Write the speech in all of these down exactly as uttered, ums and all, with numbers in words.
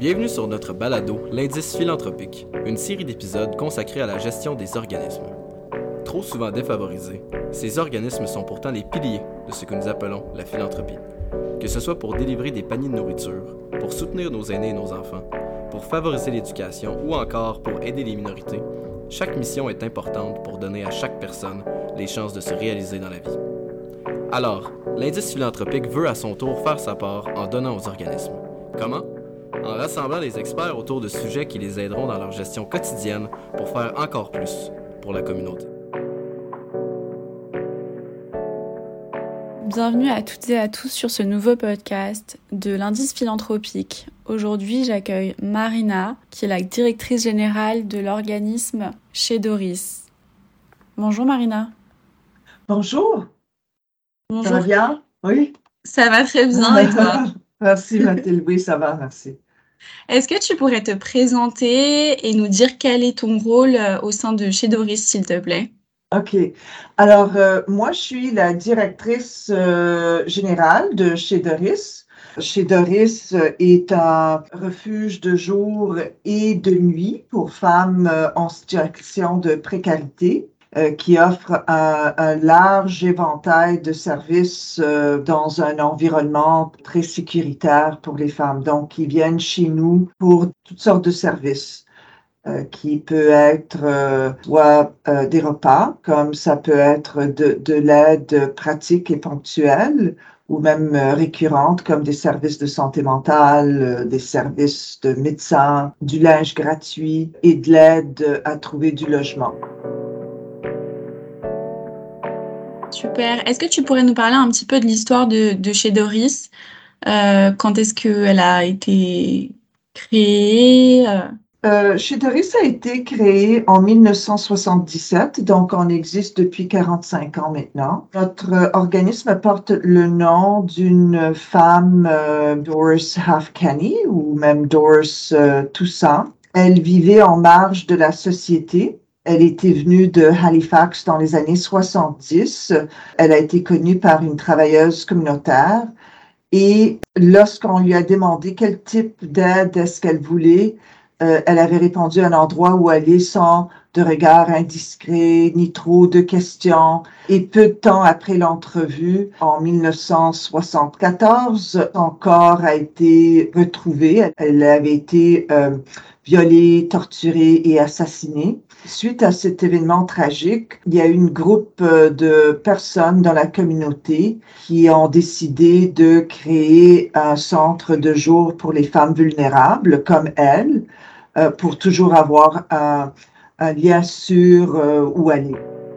Bienvenue sur notre balado L'Indice philanthropique, une série d'épisodes consacrés à la gestion des organismes. Trop souvent défavorisés, ces organismes sont pourtant les piliers de ce que nous appelons la philanthropie. Que ce soit pour délivrer des paniers de nourriture, pour soutenir nos aînés et nos enfants, pour favoriser l'éducation ou encore pour aider les minorités, chaque mission est importante pour donner à chaque personne les chances de se réaliser dans la vie. Alors, l'Indice philanthropique veut à son tour faire sa part en donnant aux organismes. Comment? En rassemblant les experts autour de sujets qui les aideront dans leur gestion quotidienne pour faire encore plus pour la communauté. Bienvenue à toutes et à tous sur ce nouveau podcast de l'Indice philanthropique. Aujourd'hui, j'accueille Marina, qui est la directrice générale de l'organisme Chez Doris. Bonjour Marina. Bonjour. Bonjour. Ça va bien? Oui. Ça va très bien et toi? Merci Mathilde, oui ça va, merci. Est-ce que tu pourrais te présenter et nous dire quel est ton rôle au sein de Chez Doris, s'il te plaît? Ok, alors euh, moi je suis la directrice euh, générale de Chez Doris. Chez Doris est un refuge de jour et de nuit pour femmes euh, en situation de précarité, euh, qui offre un, un large éventail de services euh, dans un environnement très sécuritaire pour les femmes. Donc, ils viennent chez nous pour toutes sortes de services. Euh, qui peut être euh, soit euh, des repas, comme ça peut être de, de l'aide pratique et ponctuelle, ou même euh, récurrente, comme des services de santé mentale, euh, des services de médecins, du linge gratuit et de l'aide à trouver du logement. Super. Est-ce que tu pourrais nous parler un petit peu de l'histoire de, de Chez Doris? Euh, quand est-ce qu'elle a été créée? euh... Euh, Chez Doris a été créé en mille neuf cent soixante-dix-sept, donc on existe depuis quarante-cinq ans maintenant. Notre euh, organisme porte le nom d'une femme, euh, Doris Halfpenny, ou même Doris euh, Toussaint. Elle vivait en marge de la société. Elle était venue de Halifax dans les années soixante-dix. Elle a été connue par une travailleuse communautaire. Et lorsqu'on lui a demandé quel type d'aide est-ce qu'elle voulait, Euh, elle avait répondu à un endroit où aller sans de regard indiscret, ni trop de questions. Et peu de temps après l'entrevue, en mille neuf cent soixante-quatorze, son corps a été retrouvé. Elle avait été euh, violée, torturée et assassinée. Suite à cet événement tragique, il y a eu un groupe de personnes dans la communauté qui ont décidé de créer un centre de jour pour les femmes vulnérables comme elle, euh, pour toujours avoir un, un lien sûr euh, où aller.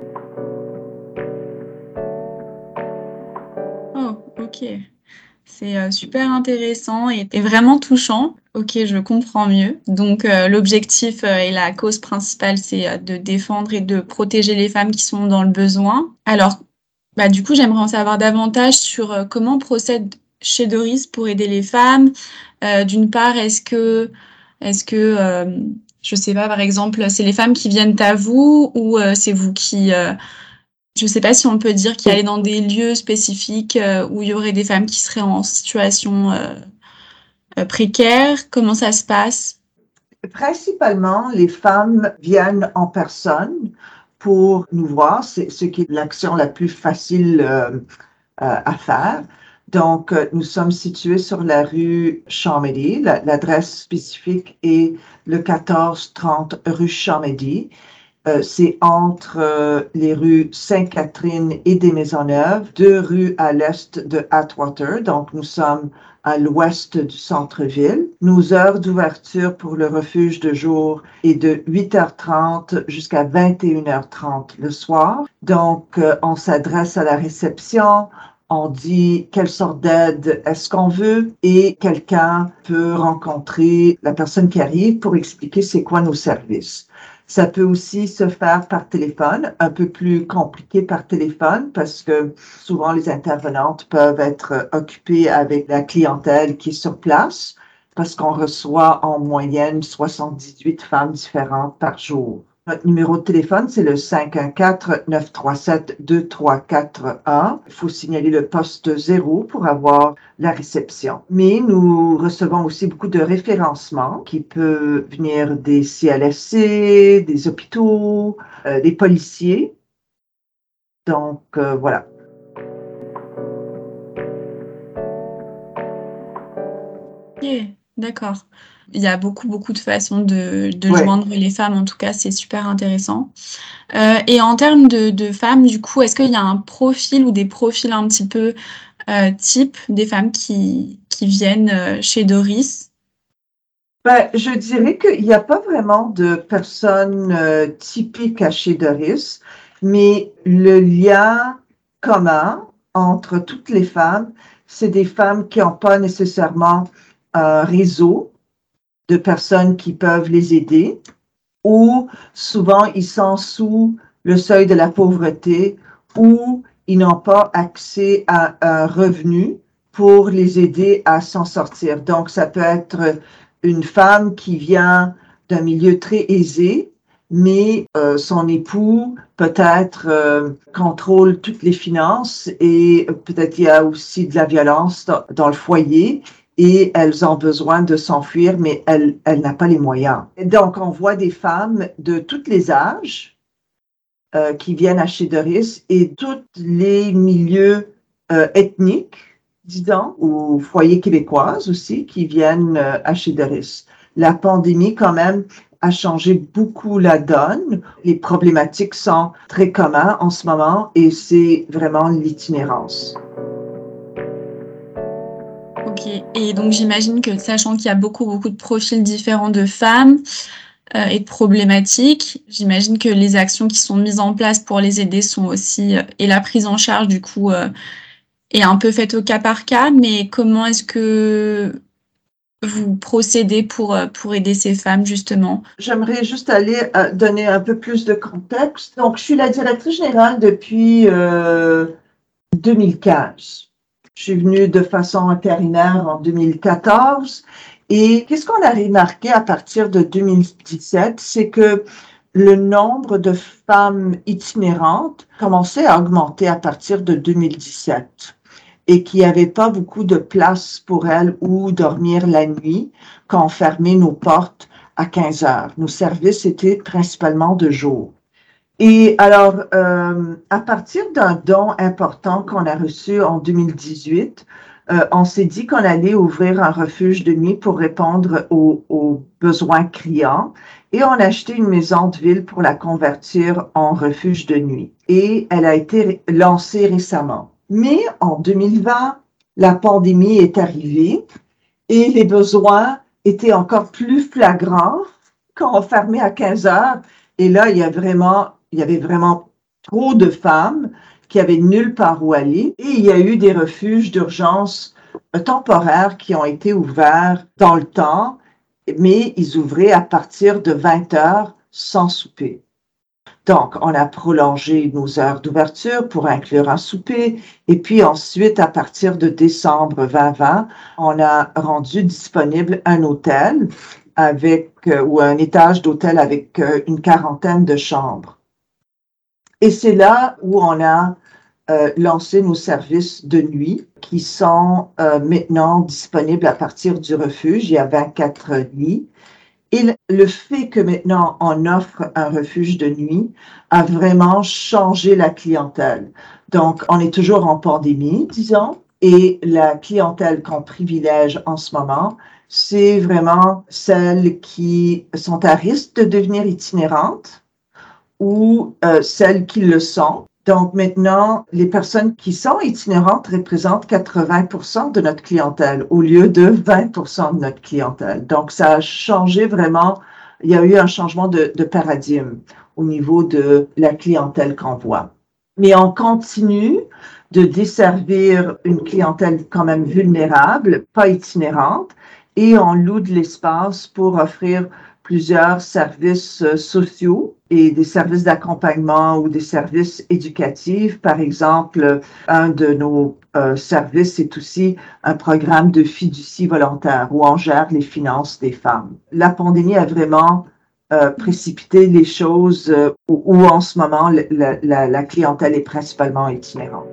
Oh, ok. C'est euh, super intéressant et, et vraiment touchant. Ok, je comprends mieux. Donc, euh, l'objectif euh, et la cause principale, c'est euh, de défendre et de protéger les femmes qui sont dans le besoin. Alors, bah, du coup, j'aimerais en savoir davantage sur euh, comment procède Chez Doris pour aider les femmes. Euh, d'une part, est-ce que, est-ce que, euh, je sais pas, par exemple, c'est les femmes qui viennent à vous ou euh, c'est vous qui... Euh, Je ne sais pas si on peut dire qu'il y allait dans des lieux spécifiques euh, où il y aurait des femmes qui seraient en situation euh, euh, précaire. Comment ça se passe? Principalement, les femmes viennent en personne pour nous voir. C'est ce qui est l'action la plus facile euh, euh, à faire. Donc, euh, nous sommes situés sur la rue Champmédy. La, l'adresse spécifique est le quatorze trente rue Champmédy. Euh, c'est entre euh, les rues Sainte-Catherine et des Maisonneuves, deux rues à l'est de Atwater. Donc, nous sommes à l'ouest du centre-ville. Nos heures d'ouverture pour le refuge de jour est de huit heures trente jusqu'à vingt et une heures trente le soir. Donc, euh, on s'adresse à la réception. On dit quelle sorte d'aide est-ce qu'on veut et quelqu'un peut rencontrer la personne qui arrive pour expliquer c'est quoi nos services. Ça peut aussi se faire par téléphone, un peu plus compliqué par téléphone parce que souvent les intervenantes peuvent être occupées avec la clientèle qui est sur place parce qu'on reçoit en moyenne soixante-dix-huit femmes différentes par jour. Notre numéro de téléphone, c'est le cinq un quatre, neuf trois sept, deux trois quatre un. Il faut signaler le poste zéro pour avoir la réception. Mais nous recevons aussi beaucoup de référencements qui peuvent venir des C L S C, des hôpitaux, euh, des policiers. Donc, euh, voilà. Ok, d'accord. Il y a beaucoup, beaucoup de façons de, de Ouais. joindre les femmes. En tout cas, c'est super intéressant. Euh, et en termes de, de femmes, du coup, est-ce qu'il y a un profil ou des profils un petit peu euh, type des femmes qui, qui viennent euh, chez Doris? Ben, je dirais qu'il n'y a pas vraiment de personnes euh, typiques à chez Doris, mais le lien commun entre toutes les femmes, c'est des femmes qui n'ont pas nécessairement un réseau de personnes qui peuvent les aider, ou souvent ils sont sous le seuil de la pauvreté, ou ils n'ont pas accès à un revenu pour les aider à s'en sortir. Donc, ça peut être une femme qui vient d'un milieu très aisé, mais euh, son époux peut-être euh, contrôle toutes les finances et peut-être il y a aussi de la violence dans, dans le foyer et elles ont besoin de s'enfuir, mais elle, elle n'a pas les moyens. Et donc, on voit des femmes de tous les âges euh, qui viennent à chez Doris et tous les milieux euh, ethniques, disons, ou foyers québécoises aussi, qui viennent euh, à chez Doris. La pandémie, quand même, a changé beaucoup la donne. Les problématiques sont très communes en ce moment et c'est vraiment l'itinérance. Ok, et donc j'imagine que sachant qu'il y a beaucoup, beaucoup de profils différents de femmes euh, et de problématiques, j'imagine que les actions qui sont mises en place pour les aider sont aussi, euh, et la prise en charge du coup euh, est un peu faite au cas par cas, mais comment est-ce que vous procédez pour, euh, pour aider ces femmes justement? J'aimerais juste aller euh, donner un peu plus de contexte. Donc, je suis la directrice générale depuis euh, deux mille quinze. Je suis venue de façon intérimaire en deux mille quatorze. Et qu'est-ce qu'on a remarqué à partir de deux mille dix-sept, c'est que le nombre de femmes itinérantes commençait à augmenter à partir de deux mille dix-sept et qu'il n'y avait pas beaucoup de place pour elles où dormir la nuit quand on fermait nos portes à quinze heures. Nos services étaient principalement de jour. Et alors, euh, à partir d'un don important qu'on a reçu en deux mille dix-huit, euh, on s'est dit qu'on allait ouvrir un refuge de nuit pour répondre aux, aux besoins criants et on a acheté une maison de ville pour la convertir en refuge de nuit. Et elle a été lancée récemment. Mais en deux mille vingt, la pandémie est arrivée et les besoins étaient encore plus flagrants quand on fermait à quinze heures. Et là, il y a vraiment Il y avait vraiment trop de femmes qui avaient nulle part où aller. Et il y a eu des refuges d'urgence temporaires qui ont été ouverts dans le temps, mais ils ouvraient à partir de vingt heures sans souper. Donc, on a prolongé nos heures d'ouverture pour inclure un souper. Et puis ensuite, à partir de décembre vingt vingt, on a rendu disponible un hôtel avec, euh, ou un étage d'hôtel avec euh, une quarantaine de chambres. Et c'est là où on a euh, lancé nos services de nuit qui sont euh, maintenant disponibles à partir du refuge. Il y a vingt-quatre nuits. Et le fait que maintenant on offre un refuge de nuit a vraiment changé la clientèle. Donc, on est toujours en pandémie, disons, et la clientèle qu'on privilège en ce moment, c'est vraiment celles qui sont à risque de devenir itinérantes ou euh, celles qui le sont. Donc maintenant, les personnes qui sont itinérantes représentent quatre-vingts pour cent de notre clientèle au lieu de vingt pour cent de notre clientèle. Donc ça a changé vraiment, il y a eu un changement de, de paradigme au niveau de la clientèle qu'on voit. Mais on continue de desservir une clientèle quand même vulnérable, pas itinérante, et on loue de l'espace pour offrir plusieurs services sociaux et des services d'accompagnement ou des services éducatifs. Par exemple, un de nos euh, services est aussi un programme de fiducie volontaire où on gère les finances des femmes. La pandémie a vraiment euh, précipiter les choses euh, où, où en ce moment la, la, la clientèle est principalement itinérante.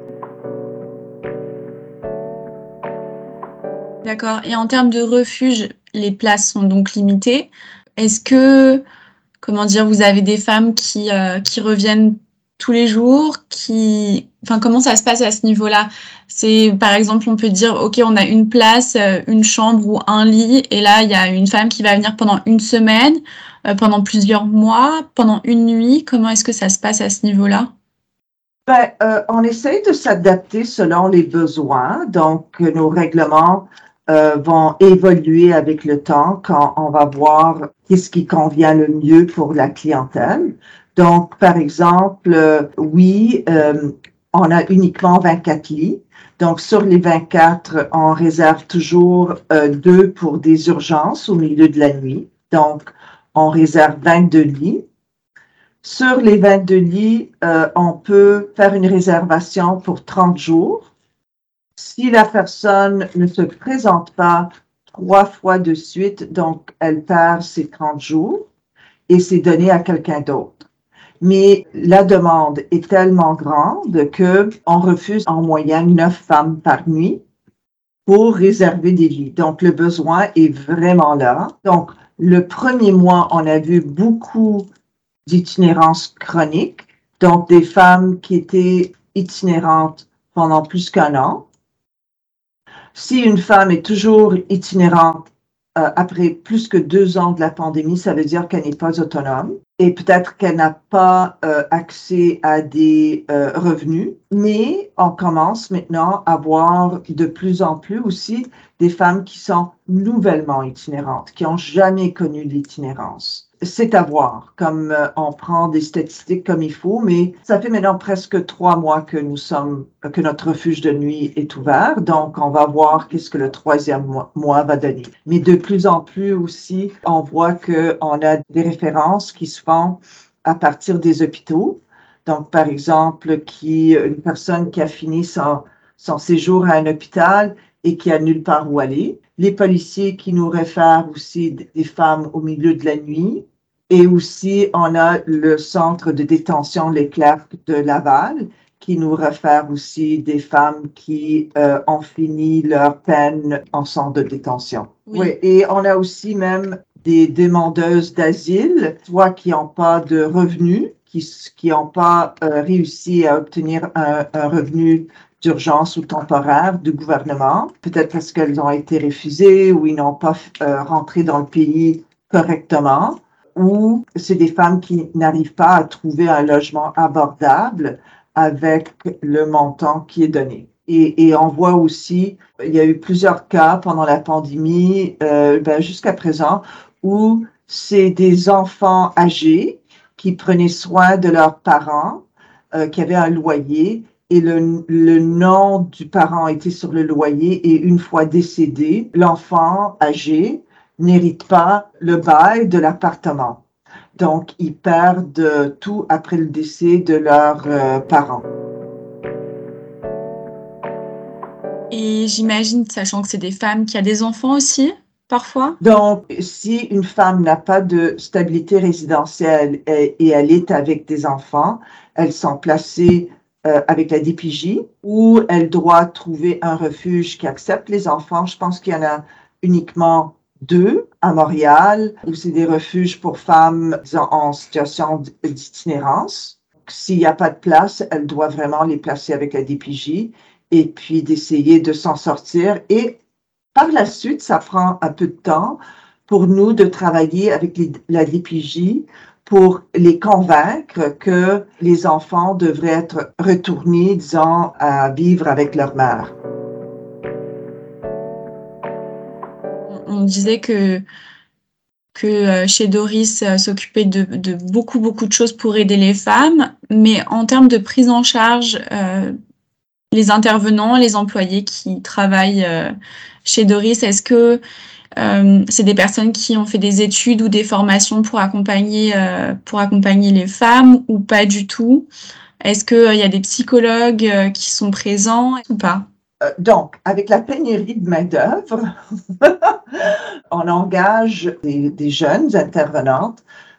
D'accord. Et en termes de refuge, les places sont donc limitées. Est-ce que, comment dire, vous avez des femmes qui, euh, qui reviennent tous les jours, qui, enfin, comment ça se passe à ce niveau-là? C'est, par exemple, on peut dire, OK, on a une place, euh, une chambre ou un lit, et là, il y a une femme qui va venir pendant une semaine, euh, pendant plusieurs mois, pendant une nuit. Comment est-ce que ça se passe à ce niveau-là? Ben, euh, on essaye de s'adapter selon les besoins. Donc, nos règlements euh, vont évoluer avec le temps quand on va voir qu'est-ce qui convient le mieux pour la clientèle. Donc, par exemple, euh, oui, euh, on a uniquement vingt-quatre lits. Donc, sur les vingt-quatre, on réserve toujours euh, deux pour des urgences au milieu de la nuit. Donc, on réserve vingt-deux lits. Sur les vingt-deux lits, euh, on peut faire une réservation pour trente jours. Si la personne ne se présente pas trois fois de suite, donc elle perd ses trente jours et c'est donné à quelqu'un d'autre. Mais la demande est tellement grande que on refuse en moyenne neuf femmes par nuit pour réserver des lits. Donc, le besoin est vraiment là. Donc, le premier mois, on a vu beaucoup d'itinérance chronique, donc des femmes qui étaient itinérantes pendant plus qu'un an. Si une femme est toujours itinérante euh, après plus que deux ans de la pandémie, ça veut dire qu'elle n'est pas autonome et peut-être qu'elle n'a pas euh, accès à des euh, revenus, mais on commence maintenant à voir de plus en plus aussi des femmes qui sont nouvellement itinérantes, qui n'ont jamais connu l'itinérance. C'est à voir, comme euh, on prend des statistiques comme il faut, mais ça fait maintenant presque trois mois que nous sommes, que notre refuge de nuit est ouvert, donc on va voir qu'est-ce que le troisième mois, mois va donner. Mais de plus en plus aussi, on voit qu'on a des références qui se font à partir des hôpitaux. Donc, par exemple, qui, une personne qui a fini son, son séjour à un hôpital et qui a nulle part où aller. Les policiers qui nous réfèrent aussi des femmes au milieu de la nuit. Et aussi, on a le centre de détention Les Clercs de Laval qui nous réfère aussi des femmes qui euh, ont fini leur peine en centre de détention. Oui. Oui, et on a aussi même des demandeuses d'asile, soit qui n'ont pas de revenus, qui qui n'ont pas euh, réussi à obtenir un, un revenu d'urgence ou temporaire du gouvernement, peut-être parce qu'elles ont été refusées ou ils n'ont pas euh, rentré dans le pays correctement, ou c'est des femmes qui n'arrivent pas à trouver un logement abordable avec le montant qui est donné. Et, et on voit aussi, il y a eu plusieurs cas pendant la pandémie, euh, ben jusqu'à présent, où c'est des enfants âgés qui prenaient soin de leurs parents, euh, qui avaient un loyer, et le, le nom du parent était sur le loyer, et une fois décédé, l'enfant âgé n'hérite pas le bail de l'appartement. Donc, ils perdent tout après le décès de leurs euh, parents. Et j'imagine, sachant que c'est des femmes, qu'il y a des enfants aussi, parfois? Donc, si une femme n'a pas de stabilité résidentielle et, et elle est avec des enfants, elles sont placées euh, avec la D P J ou elle doit trouver un refuge qui accepte les enfants. Je pense qu'il y en a uniquement deux à Montréal, où c'est des refuges pour femmes disons, en situation d'itinérance. S'il n'y a pas de place, elle doit vraiment les placer avec la D P J et puis d'essayer de s'en sortir. Et par la suite, ça prend un peu de temps pour nous de travailler avec les, la D P J pour les convaincre que les enfants devraient être retournés, disons, à vivre avec leur mère. On disait que, que chez Doris euh, s'occupait de, de beaucoup, beaucoup de choses pour aider les femmes, mais en termes de prise en charge, euh, les intervenants, les employés qui travaillent euh, chez Doris, est-ce que euh, c'est des personnes qui ont fait des études ou des formations pour accompagner, euh, pour accompagner les femmes ou pas du tout? Est-ce qu'il euh, y a des psychologues euh, qui sont présents ou pas? Donc, avec la pénurie de main-d'œuvre, on engage des, des jeunes intervenantes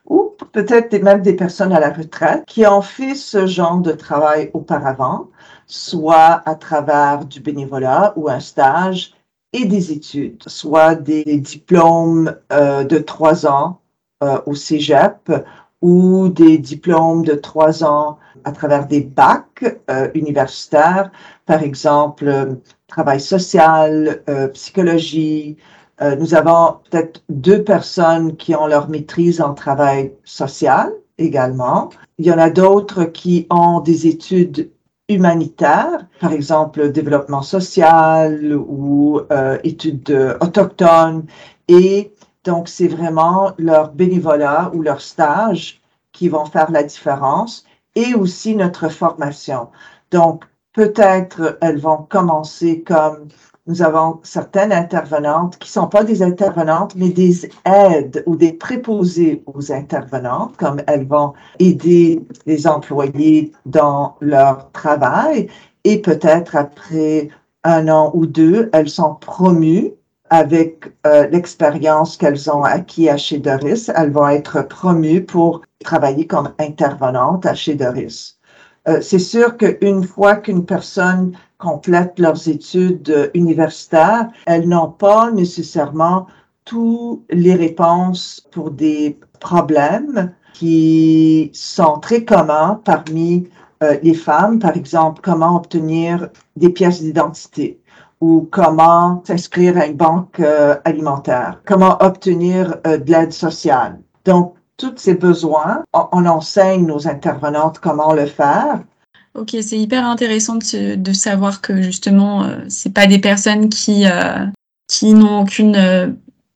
ou peut-être des- même des personnes à la retraite qui ont fait ce genre de travail auparavant, soit à travers du bénévolat ou un stage et des études, soit des diplômes euh, de trois ans euh, au cégep ou des diplômes de trois ans à travers des bacs euh, universitaires, par exemple, euh, travail social, euh, psychologie. Euh, nous avons peut-être deux personnes qui ont leur maîtrise en travail social également. Il y en a d'autres qui ont des études humanitaires, par exemple développement social ou euh, études euh, autochtones. Et donc, c'est vraiment leur bénévolat ou leur stage qui vont faire la différence et aussi notre formation. Donc, peut-être elles vont commencer comme nous avons certaines intervenantes qui ne sont pas des intervenantes, mais des aides ou des préposées aux intervenantes, comme elles vont aider les employés dans leur travail. Et peut-être après un an ou deux, elles sont promues avec euh, l'expérience qu'elles ont acquis à chez Doris. Elles vont être promues pour travailler comme intervenantes à chez Doris. Euh, c'est sûr qu'une fois qu'une personne complète leurs études universitaires, elles n'ont pas nécessairement toutes les réponses pour des problèmes qui sont très communs parmi euh, les femmes. Par exemple, comment obtenir des pièces d'identité ou comment s'inscrire à une banque euh, alimentaire, comment obtenir euh, de l'aide sociale. Donc, tous ces besoins, on, on enseigne nos intervenantes comment le faire. Ok, c'est hyper intéressant de, se- de savoir que justement, euh, c'est pas des personnes qui, euh, qui n'ont aucune euh,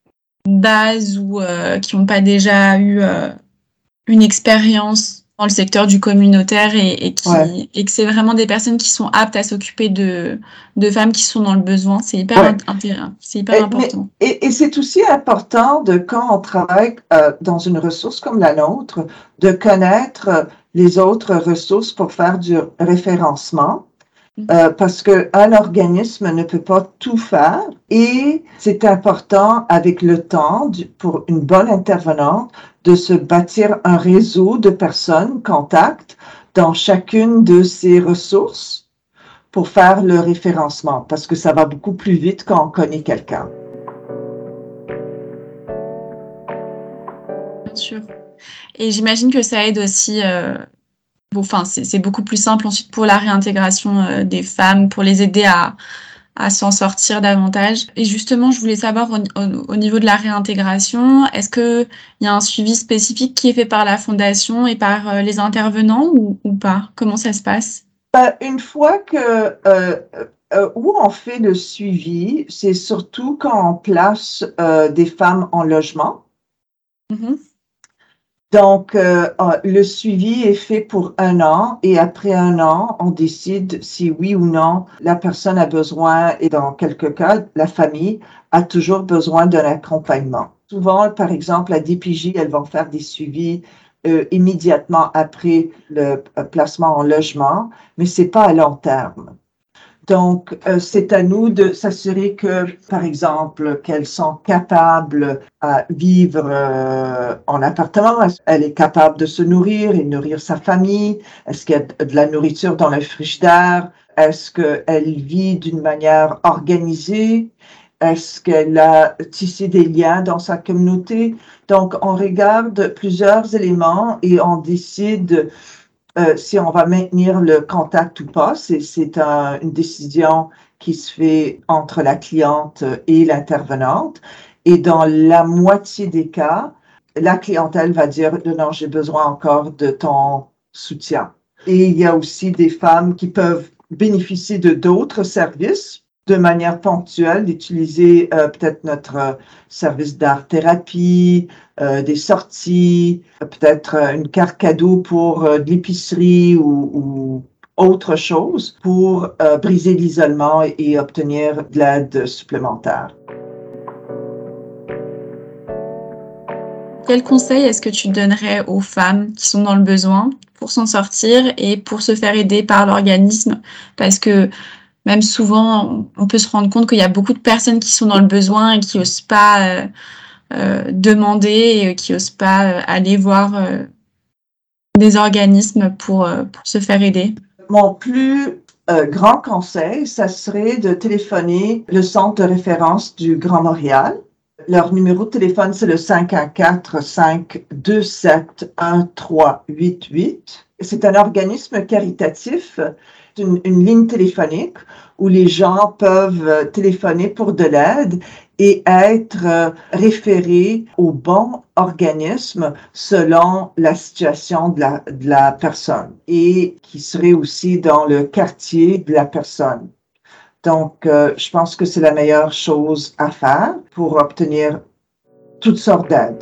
base ou euh, qui n'ont pas déjà eu euh, une expérience dans le secteur du communautaire et, et qui Ouais. et que c'est vraiment des personnes qui sont aptes à s'occuper de, de femmes qui sont dans le besoin. C'est hyper Ouais. int- intéressant, c'est hyper Et, mais, important. et, et c'est aussi important de, quand on travaille euh, dans une ressource comme la nôtre, de connaître les autres ressources pour faire du référencement. Euh, parce qu'un organisme ne peut pas tout faire et c'est important avec le temps du- pour une bonne intervenante de se bâtir un réseau de personnes, contacts dans chacune de ces ressources pour faire le référencement parce que ça va beaucoup plus vite quand on connaît quelqu'un. Bien sûr. Et j'imagine que ça aide aussi. Euh, bon, enfin, c'est c'est beaucoup plus simple ensuite pour la réintégration euh, des femmes, pour les aider à, à s'en sortir davantage. Et justement, je voulais savoir au, au- au niveau de la réintégration, est-ce qu'il y a un suivi spécifique qui est fait par la fondation et par euh, les intervenants ou, ou pas? Comment ça se passe? Ben, une fois que euh, euh, où on fait le suivi, c'est surtout quand on place euh, des femmes en logement. Mhm. Donc, euh, euh, le suivi est fait pour un an et après un an, on décide si oui ou non la personne a besoin et dans quelques cas, la famille a toujours besoin d'un accompagnement. Souvent, par exemple, la D P J, elles vont faire des suivis euh, immédiatement après le euh, placement en logement, mais c'est pas à long terme. Donc, euh, c'est à nous de s'assurer que, par exemple, qu'elles sont capables à vivre euh, en appartement. Est-ce qu'elle est capable de se nourrir et nourrir sa famille? Est-ce qu'il y a de la nourriture dans le frigidaire? Est-ce qu'elle vit d'une manière organisée? Est-ce qu'elle a tissé des liens dans sa communauté? Donc, on regarde plusieurs éléments et on décide euh, si on va maintenir le contact ou pas. C'est, c'est un, une décision qui se fait entre la cliente et l'intervenante. Et dans la moitié des cas, la clientèle va dire non, j'ai besoin encore de ton soutien. Et il y a aussi des femmes qui peuvent bénéficier de d'autres services de manière ponctuelle, d'utiliser euh, peut-être notre euh, service d'art-thérapie, euh, des sorties, peut-être euh, une carte cadeau pour euh, de l'épicerie ou, ou autre chose pour euh, briser l'isolement et, et obtenir de l'aide supplémentaire. Quel conseil est-ce que tu donnerais aux femmes qui sont dans le besoin pour s'en sortir et pour se faire aider par l'organisme? Parce que même souvent, on peut se rendre compte qu'il y a beaucoup de personnes qui sont dans le besoin et qui n'osent pas euh, euh, demander et qui n'osent pas euh, aller voir euh, des organismes pour, euh, pour se faire aider? Mon plus euh, grand conseil, ça serait de téléphoner le centre de référence du Grand Montréal. Leur numéro de téléphone, c'est le cinq un quatre, cinq deux sept, un trois huit huit. C'est un organisme caritatif, une, une ligne téléphonique où les gens peuvent téléphoner pour de l'aide et être référés au bon organisme selon la situation de la, de la personne et qui serait aussi dans le quartier de la personne. Donc, euh, je pense que c'est la meilleure chose à faire pour obtenir toutes sortes d'aides.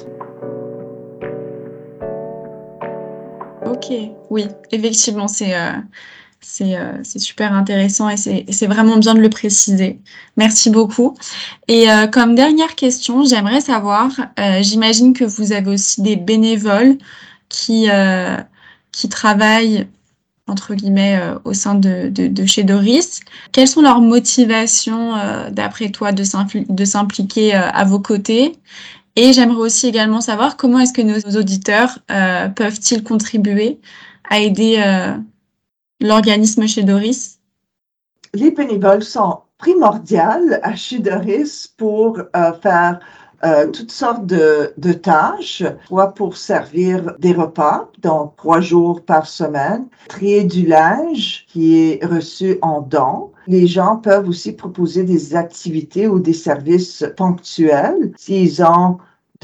Ok, oui, effectivement, c'est euh, c'est euh, c'est super intéressant et c'est et c'est vraiment bien de le préciser. Merci beaucoup. Et euh, comme dernière question, j'aimerais savoir, euh, j'imagine que vous avez aussi des bénévoles qui euh, qui travaillent entre guillemets euh, au sein de, de, de chez Doris. Quelles sont leurs motivations, euh, d'après toi, de s'impli- de s'impliquer euh, à vos côtés? Et j'aimerais aussi également savoir comment est-ce que nos auditeurs euh, peuvent-ils contribuer à aider euh, l'organisme chez Doris? Les bénévoles sont primordiaux à chez Doris pour euh, faire euh, toutes sortes de, de tâches, soit pour servir des repas, donc trois jours par semaine, trier du linge qui est reçu en don. Les gens peuvent aussi proposer des activités ou des services ponctuels s'ils ont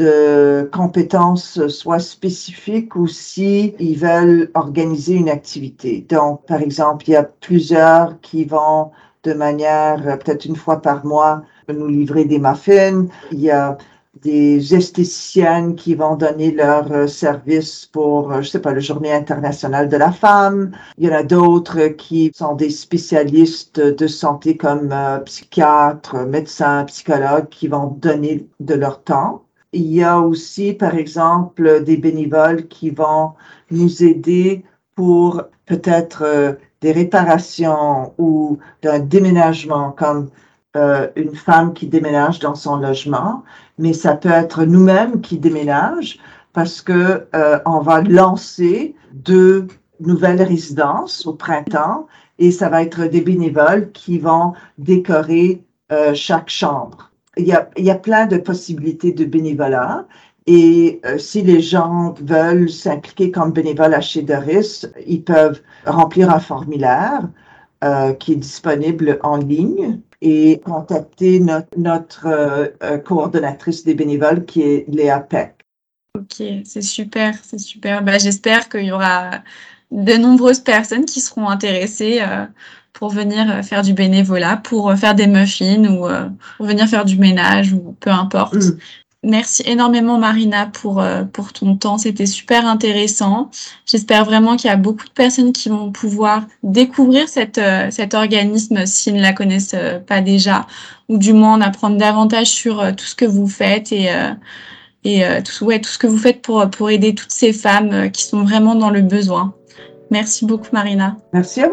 de compétences soit spécifiques ou si ils veulent organiser une activité. Donc, par exemple, il y a plusieurs qui vont de manière euh, peut-être une fois par mois nous livrer des muffins. Il y a des esthéticiennes qui vont donner leur euh, service pour, euh, je sais pas, la Journée internationale de la femme. Il y en a d'autres qui sont des spécialistes de santé comme euh, psychiatres, médecins, psychologues qui vont donner de leur temps. Il y a aussi, par exemple, des bénévoles qui vont nous aider pour peut-être euh, des réparations ou d'un déménagement, comme euh, une femme qui déménage dans son logement, mais ça peut être nous-mêmes qui déménage parce que euh, on va lancer deux nouvelles résidences au printemps et ça va être des bénévoles qui vont décorer euh, chaque chambre. Il y a, il y a plein de possibilités de bénévolat et euh, si les gens veulent s'impliquer comme bénévoles à chez Doris, ils peuvent remplir un formulaire euh, qui est disponible en ligne et contacter notre, notre euh, coordonnatrice des bénévoles qui est Léa Peck. Ok, c'est super, c'est super. Bah, j'espère qu'il y aura de nombreuses personnes qui seront intéressées euh, pour venir faire du bénévolat, pour faire des muffins ou euh, pour venir faire du ménage ou peu importe. Mm. Merci énormément Marina pour, euh, pour ton temps, c'était super intéressant. J'espère vraiment qu'il y a beaucoup de personnes qui vont pouvoir découvrir cette, euh, cet organisme s'ils ne la connaissent euh, pas déjà, ou du moins en apprendre davantage sur euh, tout ce que vous faites et... Euh, et euh, tout, ouais, tout ce que vous faites pour, pour aider toutes ces femmes euh, qui sont vraiment dans le besoin. Merci beaucoup, Marina. Merci à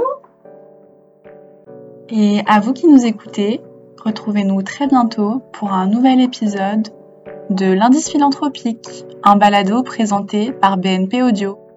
vous. Et à vous qui nous écoutez, retrouvez-nous très bientôt pour un nouvel épisode de l'Indice philanthropique, un balado présenté par B N P Audio.